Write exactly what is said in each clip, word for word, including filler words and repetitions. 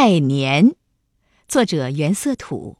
拜年，作者原色土。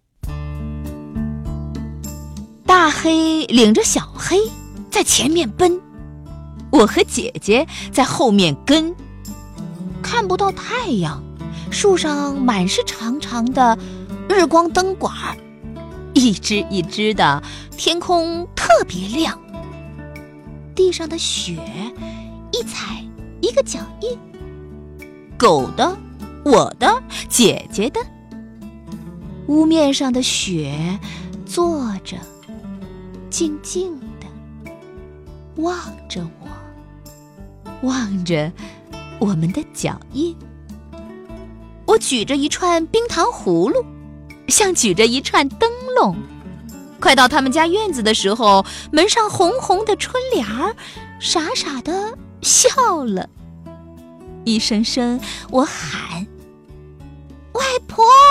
大黑领着小黑在前面奔，我和姐姐在后面跟。看不到太阳，树上满是长长的日光灯管，一只一只的，天空特别亮。地上的雪一踩一个脚印，狗的，我的，姐姐的。屋面上的雪坐着，静静的望着我，望着我们的脚印。我举着一串冰糖葫芦，像举着一串灯笼。快到他们家院子的时候，门上红红的春联儿傻傻地笑了。一声声我喊：外婆！